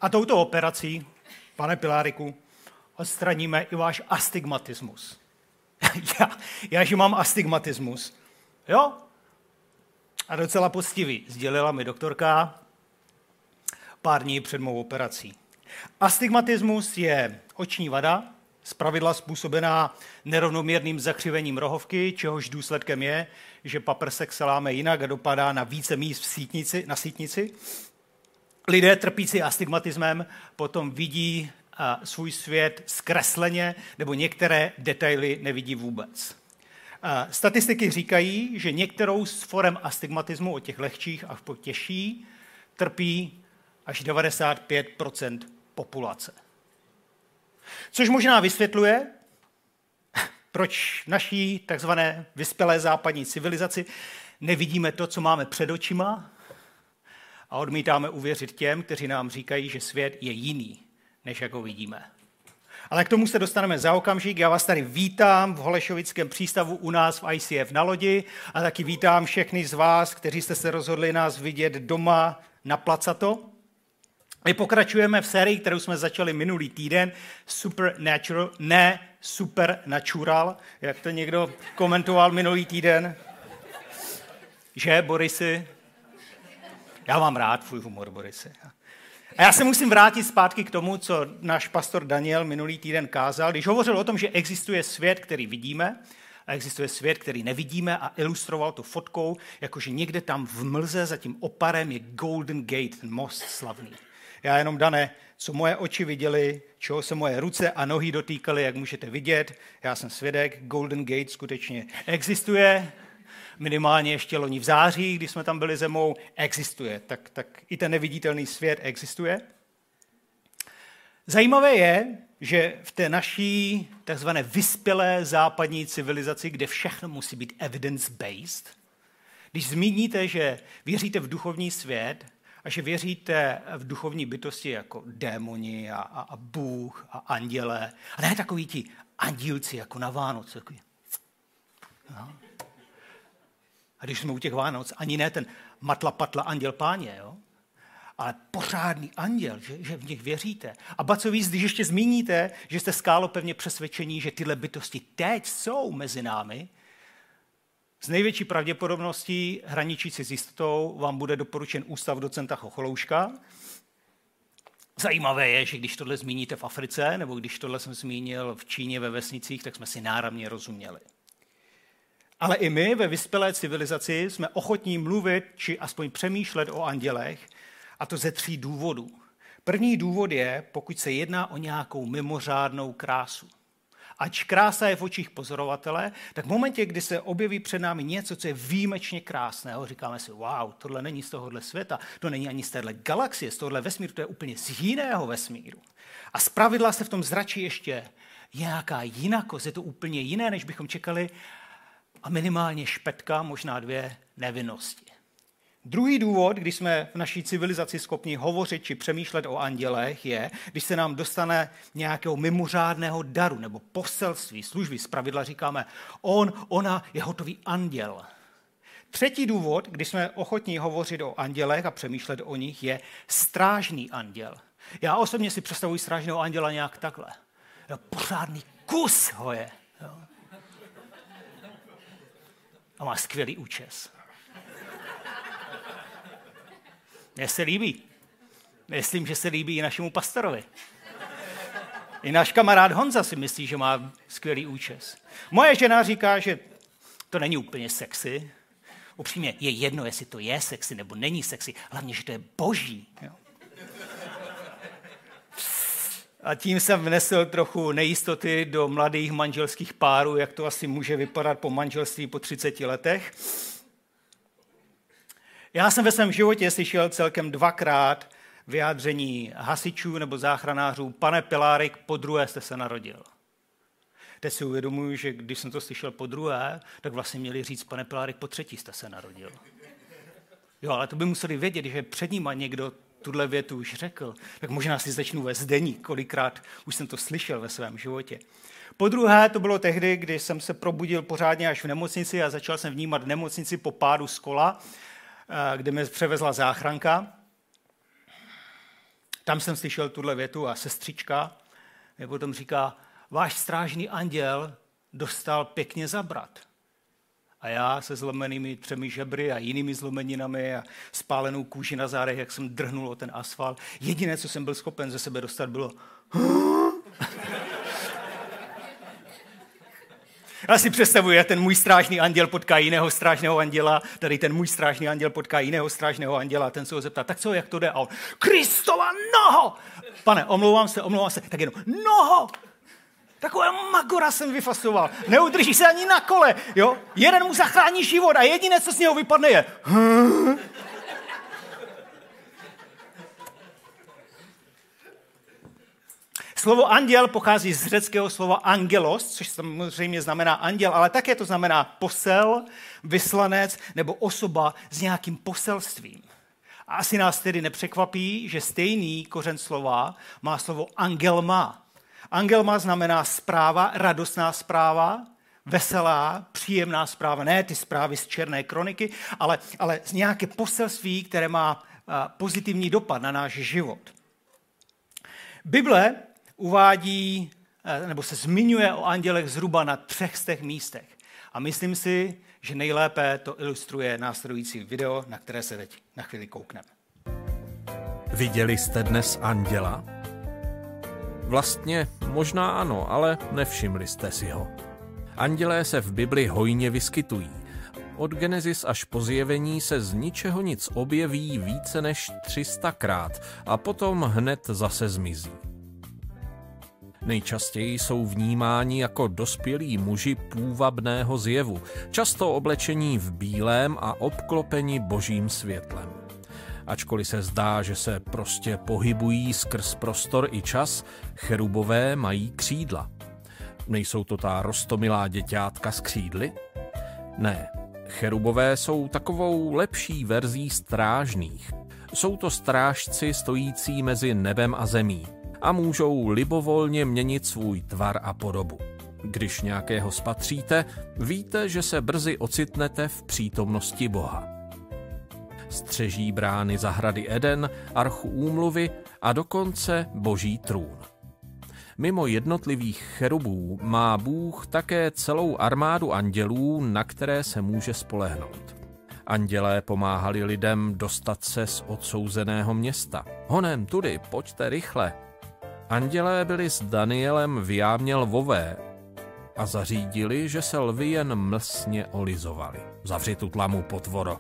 A touto operací, pane Piláriku, odstraníme i váš astigmatismus. Já že mám astigmatismus. Jo? A docela poctivý, sdělila mi doktorka pár dní před mou operací. Astigmatismus je oční vada, zpravidla způsobená nerovnoměrným zakřivením rohovky, čehož důsledkem je, že paprsek se láme jinak a dopadá na více míst na sítnici. Lidé trpící astigmatismem potom vidí svůj svět zkresleně nebo některé detaily nevidí vůbec. Statistiky říkají, že některou z forem astigmatismu, od těch lehčích až po těžší, trpí až 95% populace. Což možná vysvětluje, proč v naší takzvané vyspělé západní civilizaci nevidíme to, co máme před očima a odmítáme uvěřit těm, kteří nám říkají, že svět je jiný, než jak ho vidíme. Ale k tomu se dostaneme za okamžik. Já vás tady vítám v Holešovickém přístavu u nás v ICF na lodi a taky vítám všechny z vás, kteří jste se rozhodli nás vidět doma na Placato. My pokračujeme v sérii, kterou jsme začali minulý týden, Supernatural, ne Supernatural, jak to někdo komentoval minulý týden. Že, Borisy? Já mám rád tvůj humor, Borisy. A já se musím vrátit zpátky k tomu, co náš pastor Daniel minulý týden kázal, když hovořil o tom, že existuje svět, který vidíme, a existuje svět, který nevidíme a ilustroval to fotkou, jakože někde tam v mlze za tím oparem je Golden Gate, ten most slavný. Já jenom, Dane, co moje oči viděly, čeho se moje ruce a nohy dotýkaly, jak můžete vidět, já jsem svědek, Golden Gate skutečně existuje, minimálně ještě loni v září, když jsme tam byli zemou, existuje. Tak i ten neviditelný svět existuje. Zajímavé je, že v té naší takzvané vyspělé západní civilizaci, kde všechno musí být evidence-based, když zmíníte, že věříte v duchovní svět a že věříte v duchovní bytosti jako démoni a Bůh a anděle, a ne takoví ti andílci jako na Vánoce. No. A když jsme u těch Vánoc, ani ne ten matla-patla anděl páně, jo? Ale pořádný anděl, že v nich věříte. A ba co víc, když ještě zmíníte, že jste skálopevně přesvědčení, že tyhle bytosti teď jsou mezi námi, s největší pravděpodobností hraničící s jistotou vám bude doporučen ústav docenta Chocholouška. Zajímavé je, že když tohle zmíníte v Africe, nebo když tohle jsem zmínil v Číně ve vesnicích, tak jsme si náramně rozuměli. Ale i my ve vyspělé civilizaci jsme ochotní mluvit, či aspoň přemýšlet o andělech, a to ze 3 důvodů. První důvod je, pokud se jedná o nějakou mimořádnou krásu. Ač krása je v očích pozorovatele, tak v momentě, kdy se objeví před námi něco, co je výjimečně krásného, říkáme si, wow, tohle není z tohohle světa, to není ani z téhle galaxie, z tohohle vesmíru, to je úplně z jiného vesmíru. A zpravidla se v tom zračí ještě nějaká jinakost, je to úplně jiné, než bychom čekali, a minimálně špetka, možná 2 nevinnosti. Druhý důvod, když jsme v naší civilizaci schopni hovořit či přemýšlet o andělech, je, když se nám dostane nějakého mimořádného daru nebo poselství, služby. Zpravidla říkáme, ona je hotový anděl. Třetí důvod, když jsme ochotní hovořit o andělech a přemýšlet o nich, je strážný anděl. Já osobně si představuji strážného anděla nějak takhle. Pořádný kus ho je. Jo. A má skvělý účes. Mně se líbí. Myslím, že se líbí i našemu pastorovi. I náš kamarád Honza si myslí, že má skvělý účes. Moje žena říká, že to není úplně sexy. Upřímně je jedno, jestli to je sexy nebo není sexy. Hlavně, že to je boží. Jo. A tím jsem vnesl trochu nejistoty do mladých manželských párů, jak to asi může vypadat po manželství po 30 letech. Já jsem ve svém životě slyšel celkem 2krát vyjádření hasičů nebo záchranářů, pane Pilárik, podruhé jste se narodil. Teď si uvědomuji, že když jsem to slyšel podruhé, tak vlastně měli říct, pane Pilárik, po 3. jste se narodil. Jo, ale to by museli vědět, že před nima někdo tuhle větu už řekl, tak možná si začnu vést deník, kolikrát už jsem to slyšel ve svém životě. Podruhé to bylo tehdy, kdy jsem se probudil pořádně až v nemocnici a začal jsem vnímat nemocnici po pádu z kola, kde mě převezla záchranka. Tam jsem slyšel tuhle větu a sestřička mě potom říká, váš strážný anděl dostal pěkně zabrat. A já se zlomenými 3 žebry a jinými zlomeninami a spálenou kůži na zádech, jak jsem drhnul o ten asfalt. Jediné, co jsem byl schopen ze sebe dostat, bylo Já si představuji, jak ten můj strážný anděl potká jiného strážného anděla, tady ten můj strážný anděl potká jiného strážného anděla a ten se ho zeptá, tak co, jak to jde? A on, Kristova noho! Pane, omlouvám se, tak jenom, noho! Takové magora jsem vyfasoval, neudrží se ani na kole, jo? Jeden mu zachrání život a jediné, co z něho vypadne je Slovo anděl pochází z řeckého slova angelos, což samozřejmě znamená anděl, ale také to znamená posel, vyslanec nebo osoba s nějakým poselstvím. A asi nás tedy nepřekvapí, že stejný kořen slova má slovo angelma. Angelma znamená zpráva, radostná zpráva, veselá, příjemná zpráva, ne ty zprávy z černé kroniky, ale z nějaké poselství, které má pozitivní dopad na náš život. Bible uvádí, nebo se zmiňuje o andělech zhruba na 300 místech. A myslím si, že nejlépe to ilustruje následující video, na které se teď na chvíli koukneme. Viděli jste dnes anděla? Vlastně možná ano, ale nevšimli jste si ho. Andělé se v Bibli hojně vyskytují. Od Genesis až po Zjevení se z ničeho nic objeví více než 300krát a potom hned zase zmizí. Nejčastěji jsou vnímáni jako dospělí muži půvabného zjevu, často oblečení v bílém a obklopeni božím světlem. Ačkoliv se zdá, že se prostě pohybují skrz prostor i čas, cherubové mají křídla. Nejsou to ta roztomilá děťátka s křídly? Ne, cherubové jsou takovou lepší verzí strážných. Jsou to strážci stojící mezi nebem a zemí a můžou libovolně měnit svůj tvar a podobu. Když nějakého spatříte, víte, že se brzy ocitnete v přítomnosti Boha. Střeží brány zahrady Eden, archu úmluvy a dokonce boží trůn. Mimo jednotlivých cherubů má Bůh také celou armádu andělů, na které se může spolehnout. Andělé pomáhali lidem dostat se z odsouzeného města. Honem, tudy, pojďte rychle. Andělé byli s Danielem v jámě lvové a zařídili, že se lvi jen mlsně olizovali. Zavři tu tlamu, potvoro.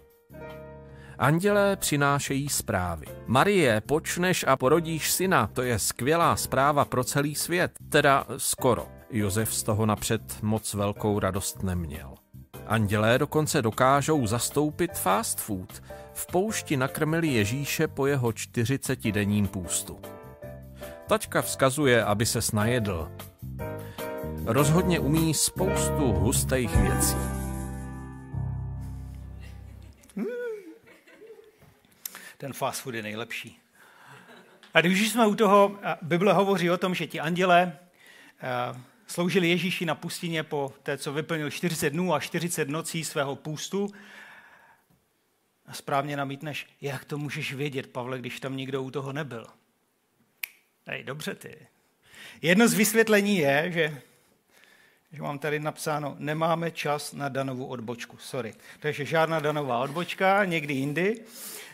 Andělé přinášejí zprávy. Marie, počneš a porodíš syna, to je skvělá zpráva pro celý svět. Teda skoro. Josef z toho napřed moc velkou radost neměl. Andělé dokonce dokážou zastoupit fast food. V poušti nakrmili Ježíše po jeho 40denním půstu. Taťka vzkazuje, aby se najedl. Rozhodně umí spoustu hustých věcí. Ten fast food je nejlepší. A když jsme u toho, Bible hovoří o tom, že ti andělé sloužili Ježíši na pustině po té, co vyplnil 40 dnů a 40 nocí svého půstu. A správně namítneš, jak to můžeš vědět, Pavle, když tam nikdo u toho nebyl. Dobře ty. Jedno z vysvětlení je, že mám tady napsáno, nemáme čas na Danovu odbočku. Sorry. Takže žádná Danová odbočka, někdy jindy.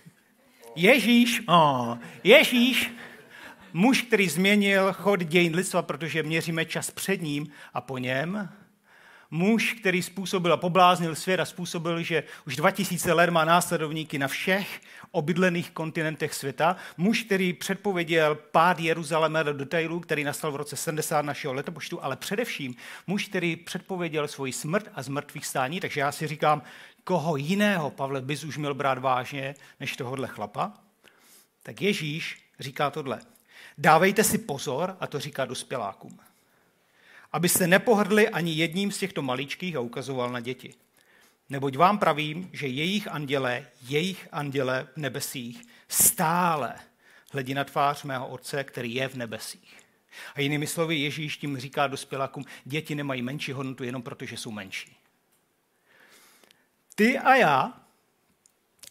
Ježíš, muž, který změnil chod dějin lidstva, protože měříme čas před ním a po něm. Muž, který způsobil a pobláznil svět a způsobil, že už 2000 let má následovníky na všech obydlených kontinentech světa. Muž, který předpověděl pád Jeruzaléma do detailů, který nastal v roce 70 našeho letopočtu, ale především muž, který předpověděl svoji smrt a zmrtvých stání. Takže já si říkám, koho jiného, Pavle, bys už měl brát vážně, než tohohle chlapa? Tak Ježíš říká tohle. Dávejte si pozor, a to říká dospělákům, abyste nepohrdli ani jedním z těchto maličkých, a ukazoval na děti. Neboť vám pravím, že jejich anděle v nebesích stále hledí na tvář mého Otce, který je v nebesích. A jinými slovy Ježíš tím říká dospělákům, děti nemají menší hodnotu jenom proto, že jsou menší. Ty a já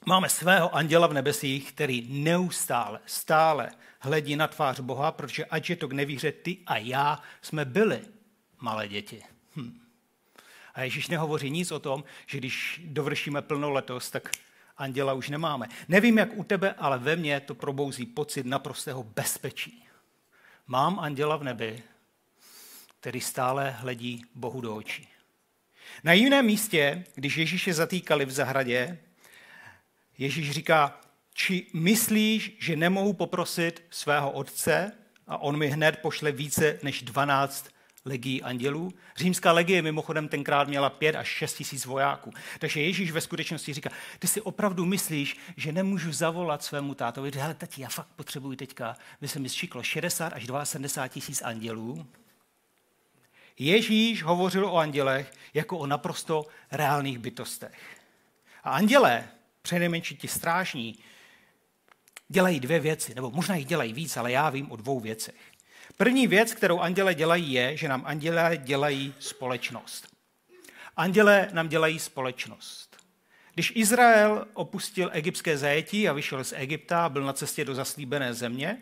Máme svého anděla v nebesích, který stále hledí na tvář Boha, protože ať je to k nevíře, ty a já jsme byli malé děti. A Ježíš nehovoří nic o tom, že když dovršíme plnoletost, tak anděla už nemáme. Nevím, jak u tebe, ale ve mně to probouzí pocit naprostého bezpečí. Mám anděla v nebi, který stále hledí Bohu do očí. Na jiném místě, když Ježíše zatýkali v zahradě, Ježíš říká, či myslíš, že nemohu poprosit svého otce a on mi hned pošle více než 12 legií andělů? Římská legie mimochodem tenkrát měla 5 až 6 tisíc vojáků. Takže Ježíš ve skutečnosti říká, ty si opravdu myslíš, že nemůžu zavolat svému tátovi, hele tati, já fakt potřebuji teďka, by se mi zčíklo 60 až 72 tisíc andělů. Ježíš hovořil o andělech jako o naprosto reálných bytostech. A andělé, přinejmenším ti strážní, dělají 2 věci, nebo možná jich dělají víc, ale já vím o 2 věcech. První věc, kterou anděle dělají, je, že nám anděle dělají společnost. Anděle nám dělají společnost. Když Izrael opustil egyptské zajetí a vyšel z Egypta a byl na cestě do zaslíbené země,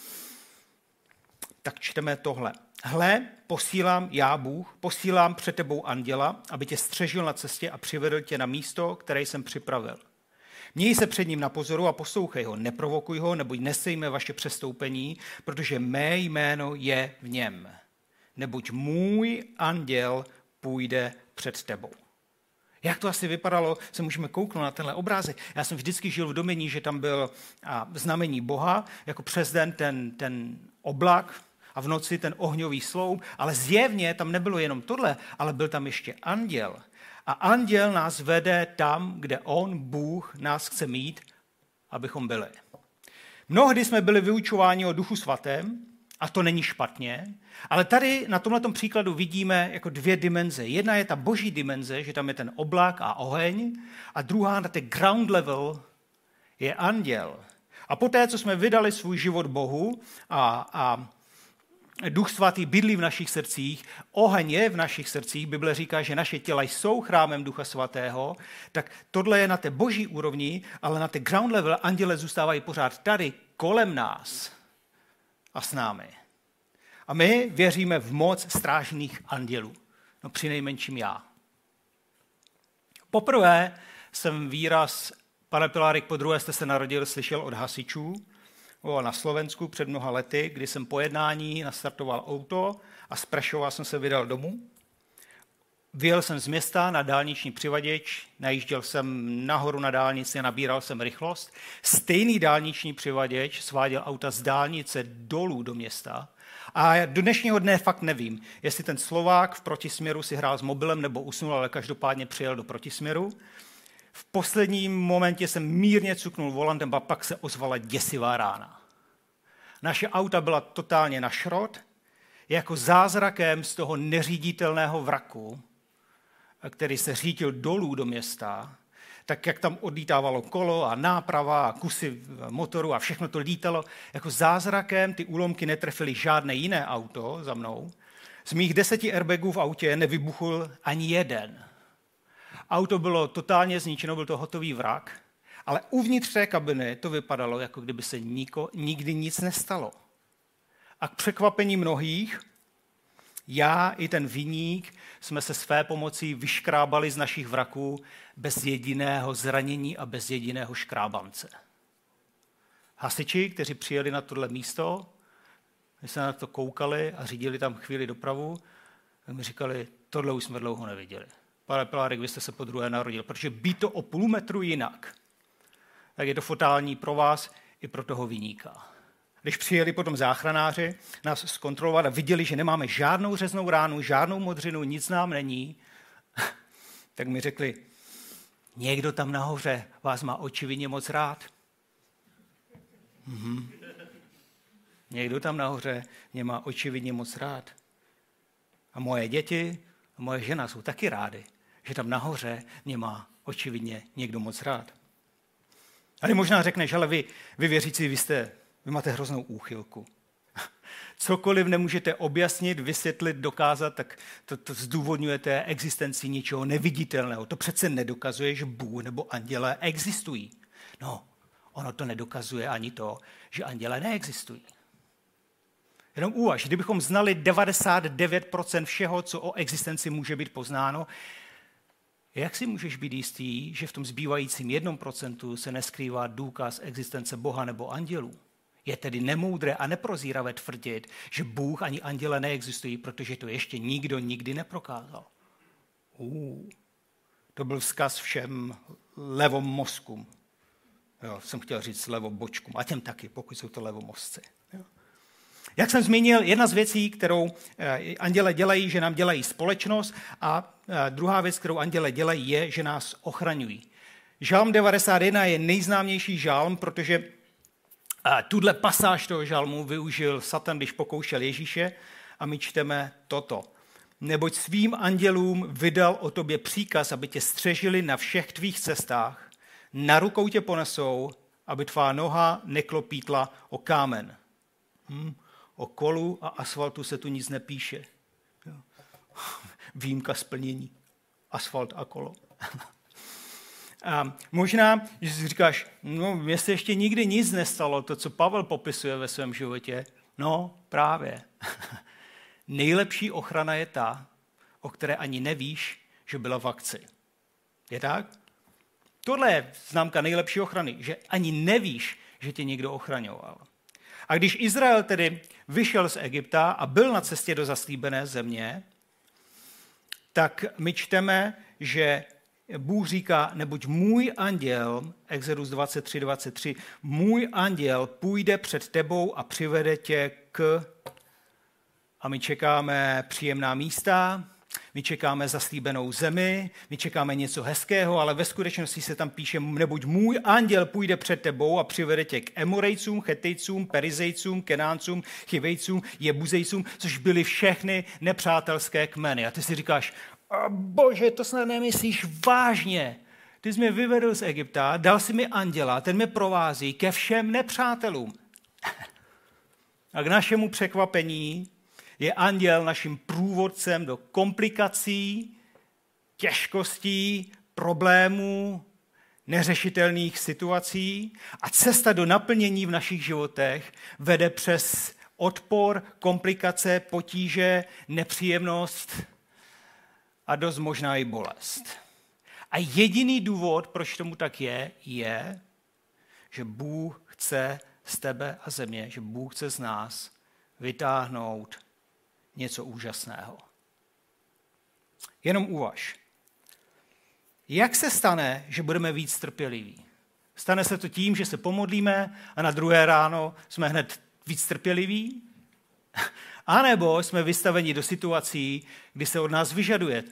tak čteme tohle. Hle, posílám já, Bůh, posílám před tebou anděla, aby tě střežil na cestě a přivedl tě na místo, které jsem připravil. Měj se před ním na pozoru a poslouchej ho, neprovokuj ho, neboť nesejme vaše přestoupení, protože mé jméno je v něm. Neboť můj anděl půjde před tebou. Jak to asi vypadalo, se můžeme kouknout na tenhle obrázek. Já jsem vždycky žil v domení, že tam byl znamení Boha, jako přes den ten oblak a v noci ten ohňový sloup, ale zjevně tam nebylo jenom tohle, ale byl tam ještě anděl. A anděl nás vede tam, kde on, Bůh, nás chce mít, abychom byli. Mnohdy jsme byli vyučováni o Duchu svatém, a to není špatně, ale tady na tomhletom příkladu vidíme jako 2 dimenze. Jedna je ta boží dimenze, že tam je ten oblak a oheň, a druhá na té ground level je anděl. A poté, co jsme vydali svůj život Bohu a Duch svatý bydlí v našich srdcích, oheň je v našich srdcích, Bible říká, že naše těla jsou chrámem Ducha svatého, tak tohle je na té boží úrovni, ale na té ground level anděle zůstávají pořád tady, kolem nás a s námi. A my věříme v moc strážných andělů. No přinejmenším já. Poprvé jsem výraz, pane Pilárik, podruhé jste se narodil, slyšel od hasičů, na Slovensku před mnoha lety, kdy jsem po jednání nastartoval auto a z Prešova jsem se vydal domů. Vyjel jsem z města na dálniční přivaděč, najížděl jsem nahoru na dálnici a nabíral jsem rychlost. Stejný dálniční přivaděč sváděl auta z dálnice dolů do města. A do dnešního dne fakt nevím, jestli ten Slovák v protisměru si hrál s mobilem nebo usnul, ale každopádně přijel do protisměru. V posledním momentě jsem mírně cuknul volantem a pak se ozvala děsivá rána. Naše auta byla totálně na šrot, jako zázrakem z toho neříditelného vraku, který se řídil dolů do města, tak jak tam odlítávalo kolo a náprava a kusy motoru a všechno to lítalo, jako zázrakem ty úlomky netrefily žádné jiné auto za mnou. Z mých 10 airbagů v autě nevybuchl ani jeden. Auto bylo totálně zničeno, byl to hotový vrak, ale uvnitř té kabiny to vypadalo, jako kdyby se nikdy nic nestalo. A k překvapení mnohých, já i ten viník jsme se své pomocí vyškrábali z našich vraků bez jediného zranění a bez jediného škrábance. Hasiči, kteří přijeli na tohle místo, my jsme na to koukali a řídili tam chvíli dopravu, tak mi říkali, tohle už jsme dlouho neviděli. Pane Pilárik, vy jste se podruhé narodil, protože být to o půl metru jinak, tak je to fatální pro vás i pro toho viníka. Když přijeli potom záchranáři nás zkontrolovat a viděli, že nemáme žádnou řeznou ránu, žádnou modřinu, nic nám není, tak mi řekli, někdo tam nahoře vás má očividně moc rád. Někdo tam nahoře mě má očividně moc rád. A moje děti a moje žena jsou taky rády, že tam nahoře mě má očividně někdo moc rád. A ty možná řekneš, ale vy věřící, vy máte hroznou úchylku. Cokoliv nemůžete objasnit, vysvětlit, dokázat, tak to zdůvodňujete existenci něčeho neviditelného. To přece nedokazuje, že Bůh nebo andělé existují. No, ono to nedokazuje ani to, že anděle neexistují. Jenom úvaž, kdybychom znali 99% všeho, co o existenci může být poznáno, jak si můžeš být jistý, že v tom zbývajícím 1% se neskrývá důkaz existence Boha nebo andělů? Je tedy nemoudré a neprozíravé tvrdit, že Bůh ani anděle neexistují, protože to ještě nikdo nikdy neprokázal. To byl vzkaz všem levomozkům. Jo, jsem chtěl říct levobočkům, a těm taky, pokud jsou to levomozci. Jo. Jak jsem zmínil, jedna z věcí, kterou anděle dělají, že nám dělají společnost, a druhá věc, kterou anděle dělají, je, že nás ochraňují. Žalm 91 je nejznámější žalm, protože tuhle pasáž toho žalmu využil Satan, když pokoušel Ježíše, a my čteme toto. Neboť svým andělům vydal o tobě příkaz, aby tě střežili na všech tvých cestách, na rukou tě ponesou, aby tvá noha neklopítla o kámen. O kolu a asfaltu se tu nic nepíše. Výjimka splnění. Asfalt a kolo. A možná, že si říkáš, no, mně se ještě nikdy nic nestalo, to, co Pavel popisuje ve svém životě. No, právě. Nejlepší ochrana je ta, o které ani nevíš, že byla v akci. Je tak? Tohle je známka nejlepší ochrany, že ani nevíš, že tě někdo ochraňoval. A když Izrael tedy vyšel z Egypta a byl na cestě do zaslíbené země, tak my čteme, že Bůh říká, neboť můj anděl, Exodus 23:23, můj anděl půjde před tebou a přivede tě k... A my čekáme příjemná místa, my čekáme zaslíbenou zemi, my čekáme něco hezkého, ale ve skutečnosti se tam píše, neboť můj anděl půjde před tebou a přivede tě k Emorejcům, Chetejcům, Perizejcům, Kenáncům, Chivejcům, Jebuzejcům, což byly všechny nepřátelské kmeny. A ty si říkáš, Bože, to snad nemyslíš vážně. Ty jsi mě vyvedl z Egypta, dal si mi anděla, ten mě provází ke všem nepřátelům. A k našemu překvapení je anděl naším průvodcem do komplikací, těžkostí, problémů, neřešitelných situací a cesta do naplnění v našich životech vede přes odpor, komplikace, potíže, nepříjemnost a dost možná i bolest. A jediný důvod, proč tomu tak je, že Bůh chce z tebe a země, že Bůh chce z nás vytáhnout něco úžasného. Jenom uvaž. Jak se stane, že budeme víc trpěliví? Stane se to tím, že se pomodlíme a na druhé ráno jsme hned víc trpěliví? A nebo jsme vystaveni do situací, kdy se od nás vyžaduje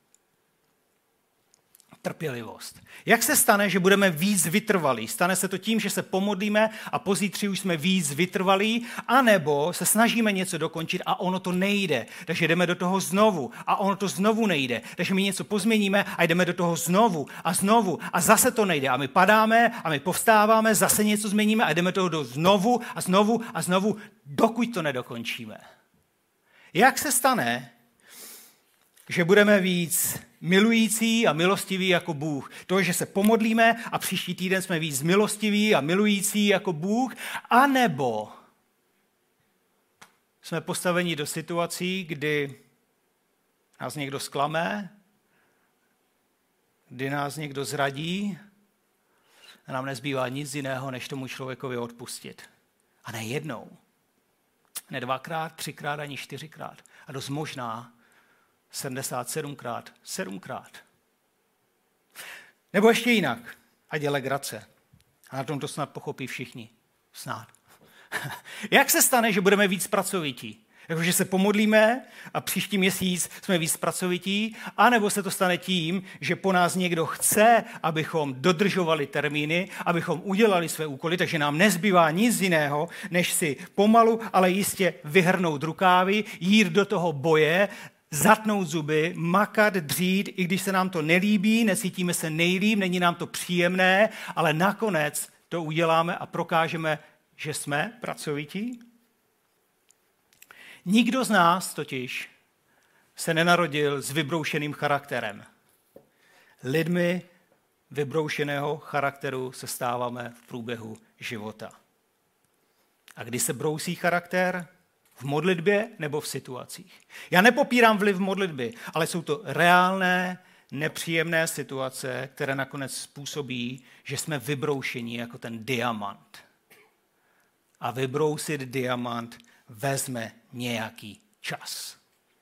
trpělivost. Jak se stane, že budeme víc vytrvalí? Stane se to tím, že se pomodlíme a pozítří už jsme víc vytrvalí, anebo se snažíme něco dokončit a ono to nejde. Takže jdeme do toho znovu a ono to znovu nejde. Takže my něco pozměníme a jdeme do toho znovu a zase to nejde. A my padáme a my povstáváme, zase něco změníme a jdeme toho do znovu, dokud to nedokončíme. Jak se stane, že budeme víc milující a milostiví jako Bůh? To, že se pomodlíme a příští týden jsme víc milostiví a milující jako Bůh, anebo jsme postaveni do situací, kdy nás někdo zklame, kdy nás někdo zradí a nám nezbývá nic jiného, než tomu člověkovi odpustit. A ne jednou, ne 2krát, 3krát, ani 4krát. A dost možná 77krát, 7krát. Nebo ještě jinak, ať je legrace. A na tom to snad pochopí všichni. Snad. Jak se stane, že budeme víc pracovití? Jakože se pomodlíme a příští měsíc jsme víc pracovití, anebo se to stane tím, že po nás někdo chce, abychom dodržovali termíny, abychom udělali své úkoly, takže nám nezbývá nic jiného, než si pomalu, ale jistě vyhrnout rukávy, jít do toho boje, zatnout zuby, makat, dřít, i když se nám to nelíbí, necítíme se nejlíp, není nám to příjemné, ale nakonec to uděláme a prokážeme, že jsme pracovití. Nikdo z nás totiž se nenarodil s vybroušeným charakterem. Lidmi vybroušeného charakteru se stáváme v průběhu života. A kdy se brousí charakter? V modlitbě nebo v situacích. Já nepopírám vliv modlitby, ale jsou to reálné, nepříjemné situace, které nakonec způsobí, že jsme vybroušeni jako ten diamant. A vybrousit diamant vezme nějaký čas.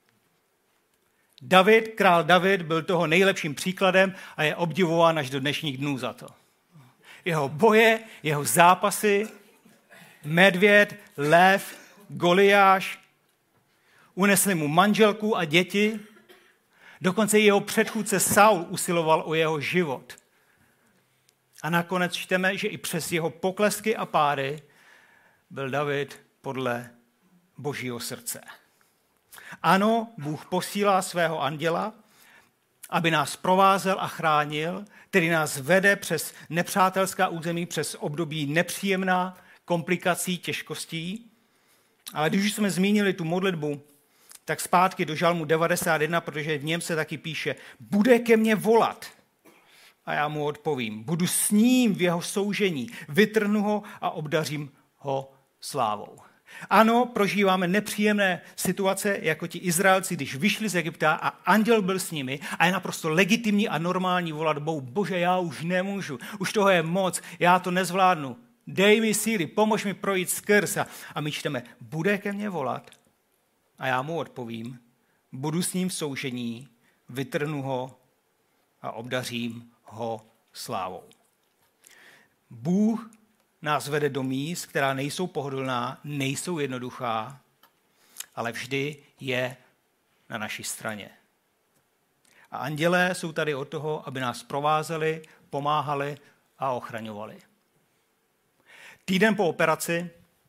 Král David byl toho nejlepším příkladem a je obdivován až do dnešních dnů za to. Jeho boje, jeho zápasy, medvěd, lev, Goliáš, unesli mu manželku a děti, dokonce jeho předchůdce Saul usiloval o jeho život. A nakonec čteme, že i přes jeho poklesky a pády byl David podle Božího srdce. Ano, Bůh posílá svého anděla, aby nás provázel a chránil, který nás vede přes nepřátelská území, přes období nepříjemná, komplikací, těžkostí. Ale když už jsme zmínili tu modlitbu, tak zpátky do Žalmu 91, protože v něm se taky píše, bude ke mně volat. A já mu odpovím, budu s ním v jeho soužení, vytrhnu ho a obdařím ho slávou. Ano, prožíváme nepříjemné situace, jako ti Izraelci, když vyšli z Egypta a anděl byl s nimi a je naprosto legitimní a normální volat Bohu, Bože, já už nemůžu, už toho je moc, já to nezvládnu. Dej mi síly, pomož mi projít skrz. A my čteme, bude ke mně volat a já mu odpovím, budu s ním v soužení, vytrhnu ho a obdařím ho slávou. Bůh nás vede do míst, která nejsou pohodlná, nejsou jednoduchá, ale vždy je na naší straně. A andělé jsou tady od toho, aby nás provázeli, pomáhali a ochraňovali. Týden po operaci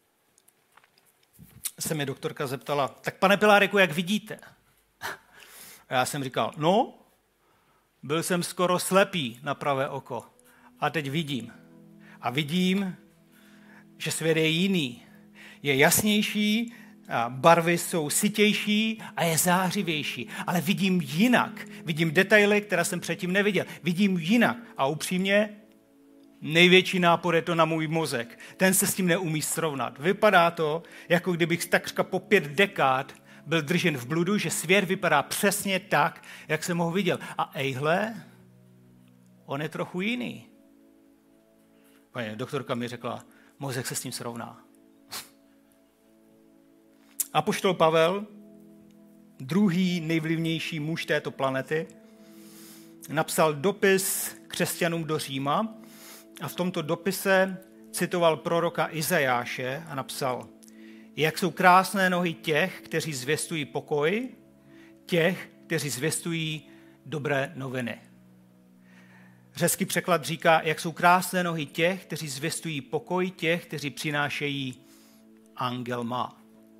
se mě doktorka zeptala, tak pane Piláriku, jak vidíte? A já jsem říkal, no, byl jsem skoro slepý na pravé oko a teď vidím. A vidím, že svět je jiný. Je jasnější, barvy jsou sytější a je zářivější. Ale vidím jinak. Vidím detaily, které jsem předtím neviděl. Vidím jinak. A upřímně, největší nápor je to na můj mozek. Ten se s tím neumí srovnat. Vypadá to, jako kdybych takřka po 5 dekád byl držen v bludu, že svět vypadá přesně tak, jak jsem ho viděl. A ejhle, on je trochu jiný. Paní doktorka mi řekla, mozek se s tím srovná. Apoštol Pavel, druhý nejvlivnější muž této planety, napsal dopis křesťanům do Říma a v tomto dopise citoval proroka Izajáše a napsal, jak jsou krásné nohy těch, kteří zvěstují pokoj, těch, kteří zvěstují dobré noviny. Řecký překlad říká, jak jsou krásné nohy těch, kteří zvěstují pokoj, těch, kteří přinášejí anděl má.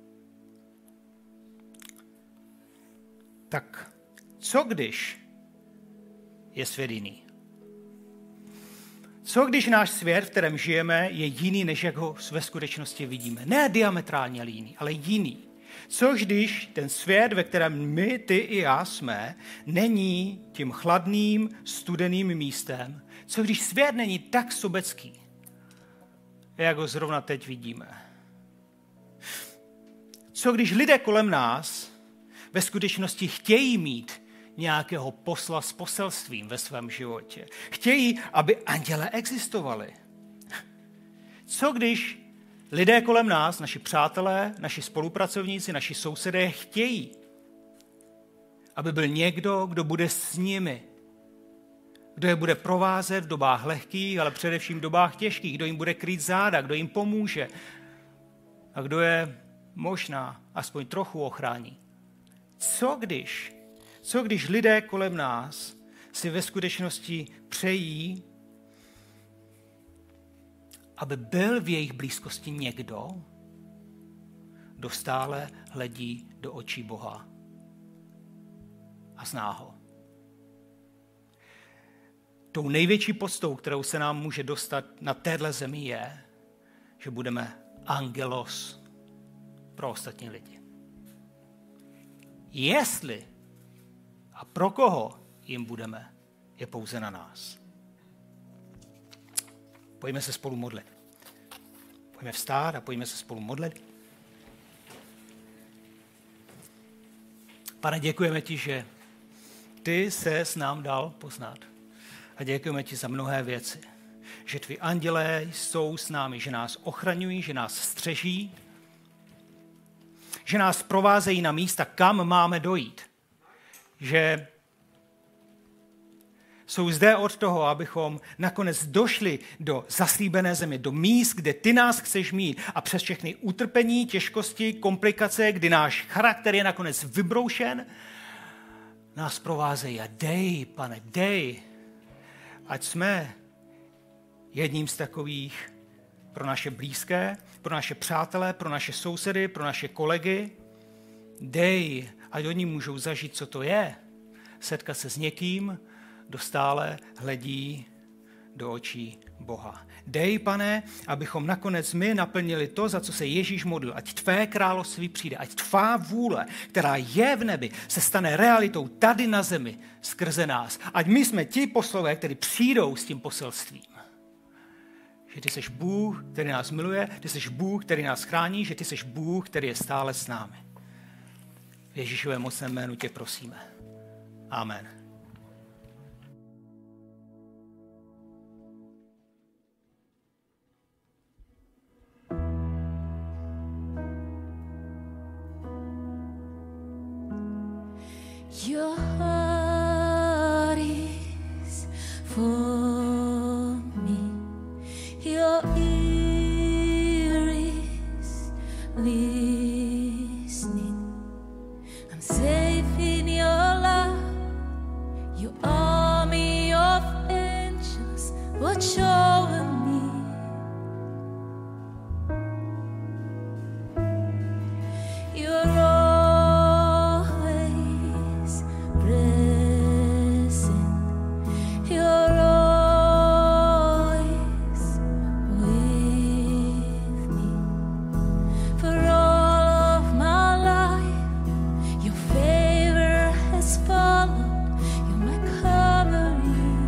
Tak co když je svět jiný? Co když náš svět, v kterém žijeme, je jiný, než jak ho ve skutečnosti vidíme? Ne diametrálně jiný, ale jiný. Co když ten svět, ve kterém my, ty i já jsme, není tím chladným, studeným místem? Co když svět není tak sobecký, jak ho zrovna teď vidíme? Co když lidé kolem nás ve skutečnosti chtějí mít nějakého posla s poselstvím ve svém životě? Chtějí, aby anděle existovali? Co když lidé kolem nás, naši přátelé, naši spolupracovníci, naši sousedé chtějí, aby byl někdo, kdo bude s nimi, kdo je bude provázet v dobách lehkých, ale především v dobách těžkých, kdo jim bude krýt záda, kdo jim pomůže a kdo je možná aspoň trochu ochrání. Co když lidé kolem nás si ve skutečnosti přejí, aby byl v jejich blízkosti někdo, kdo stále hledí do očí Boha a zná ho. Tou největší poctou, kterou se nám může dostat na téhle zemi, je, že budeme angelos pro ostatní lidi. Jestli a pro koho jim budeme, je pouze na nás. Pojďme se spolu modlit. Pojďme vstát a pojďme se spolu modlit. Pane, děkujeme ti, že ty ses nám dal poznat. A děkujeme ti za mnohé věci. Že tví andělé jsou s námi, že nás ochraňují, že nás střeží, že nás provázejí na místa, kam máme dojít. Že jsou zde od toho, abychom nakonec došli do zaslíbené země, do míst, kde ty nás chceš mít a přes všechny utrpení, těžkosti, komplikace, kdy náš charakter je nakonec vybroušen, nás provázejí a dej, Pane, dej, ať jsme jedním z takových pro naše blízké, pro naše přátelé, pro naše sousedy, pro naše kolegy. Dej, ať oni můžou zažít, co to je, setkat se s někým, kdo stále hledí do očí Boha. Dej, Pane, abychom nakonec my naplnili to, za co se Ježíš modlil. Ať tvé království přijde, ať tvá vůle, která je v nebi, se stane realitou tady na zemi skrze nás. Ať my jsme ti poslové, kteří přijdou s tím poselstvím. Že ty seš Bůh, který nás miluje, ty seš Bůh, který nás chrání, že ty seš Bůh, který je stále s námi. V Ježíšovém mocném jménu tě prosíme. Amen. Your heart is for me. Your ear is listening. I'm safe in your love. Your army of angels watch over me. You're always present. You're always with me. For all of my life, your favor has followed. You're my covering.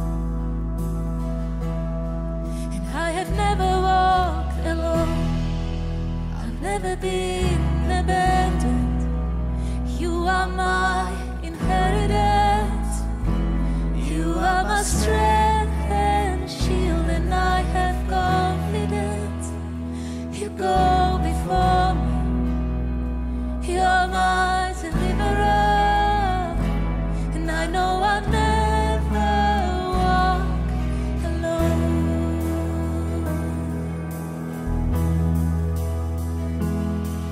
And I have never walked alone. I've never been abandoned. You are my inheritance. You are my strength and shield, and I have confidence. You go before me. You're my deliverer, and I know I'll never walk alone.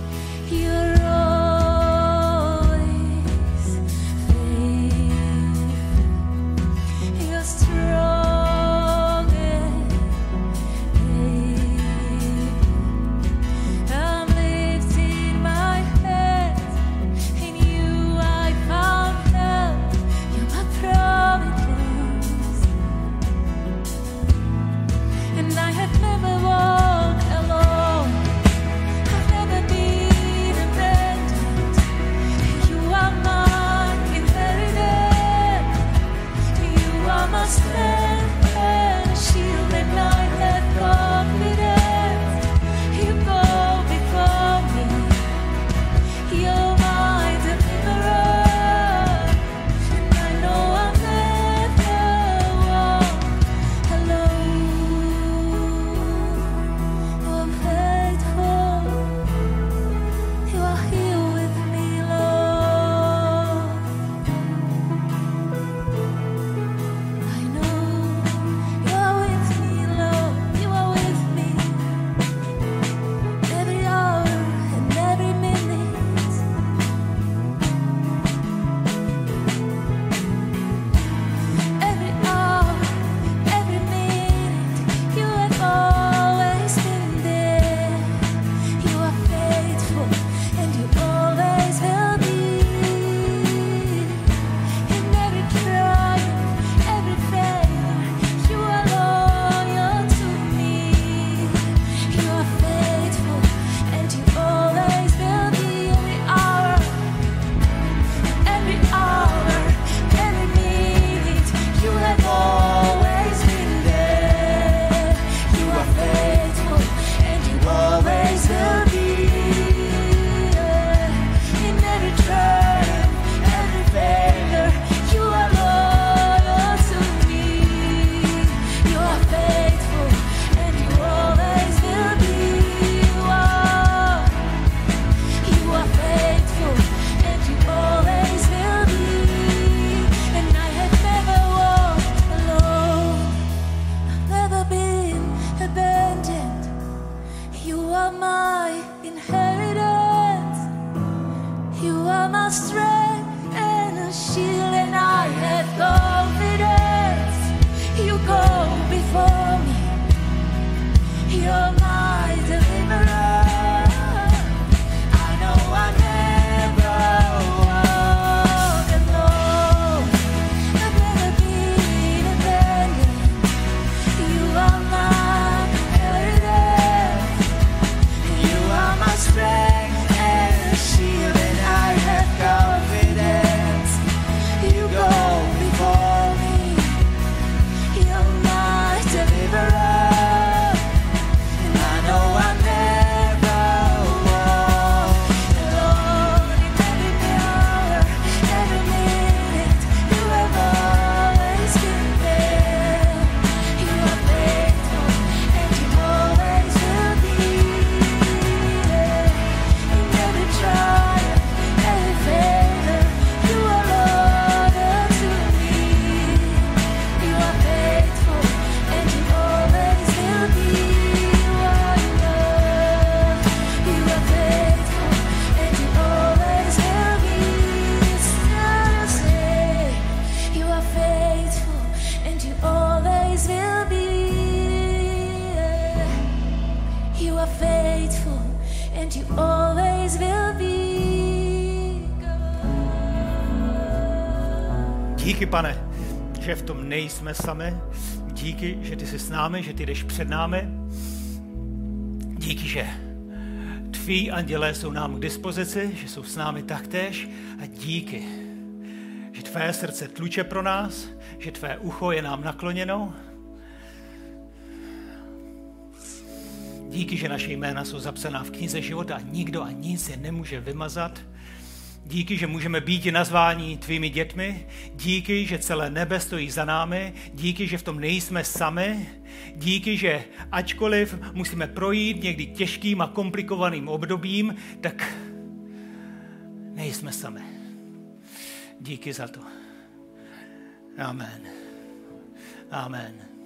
go before me. You're my deliverer. I know I never walk alone. I've never been abandoned. You are my heritage. You are my strength and a shield, and I have confidence. You go before me. You're my deliverer. Díky, Pane, že v tom nejsme sami. Díky, že ty jsi s námi, že ty jdeš před námi. Díky, že tví andělé jsou nám k dispozici, že jsou s námi taktéž. A díky, že tvé srdce tluče pro nás, že tvé ucho je nám nakloněno. Díky, že naše jména jsou zapsaná v knize života a nikdo a nic je nemůže vymazat. Díky, že můžeme být nazváni tvými dětmi. Díky, že celé nebe stojí za námi. Díky, že v tom nejsme sami. Díky, že ačkoliv musíme projít někdy těžkým a komplikovaným obdobím, tak nejsme sami. Díky za to. Amen. Amen.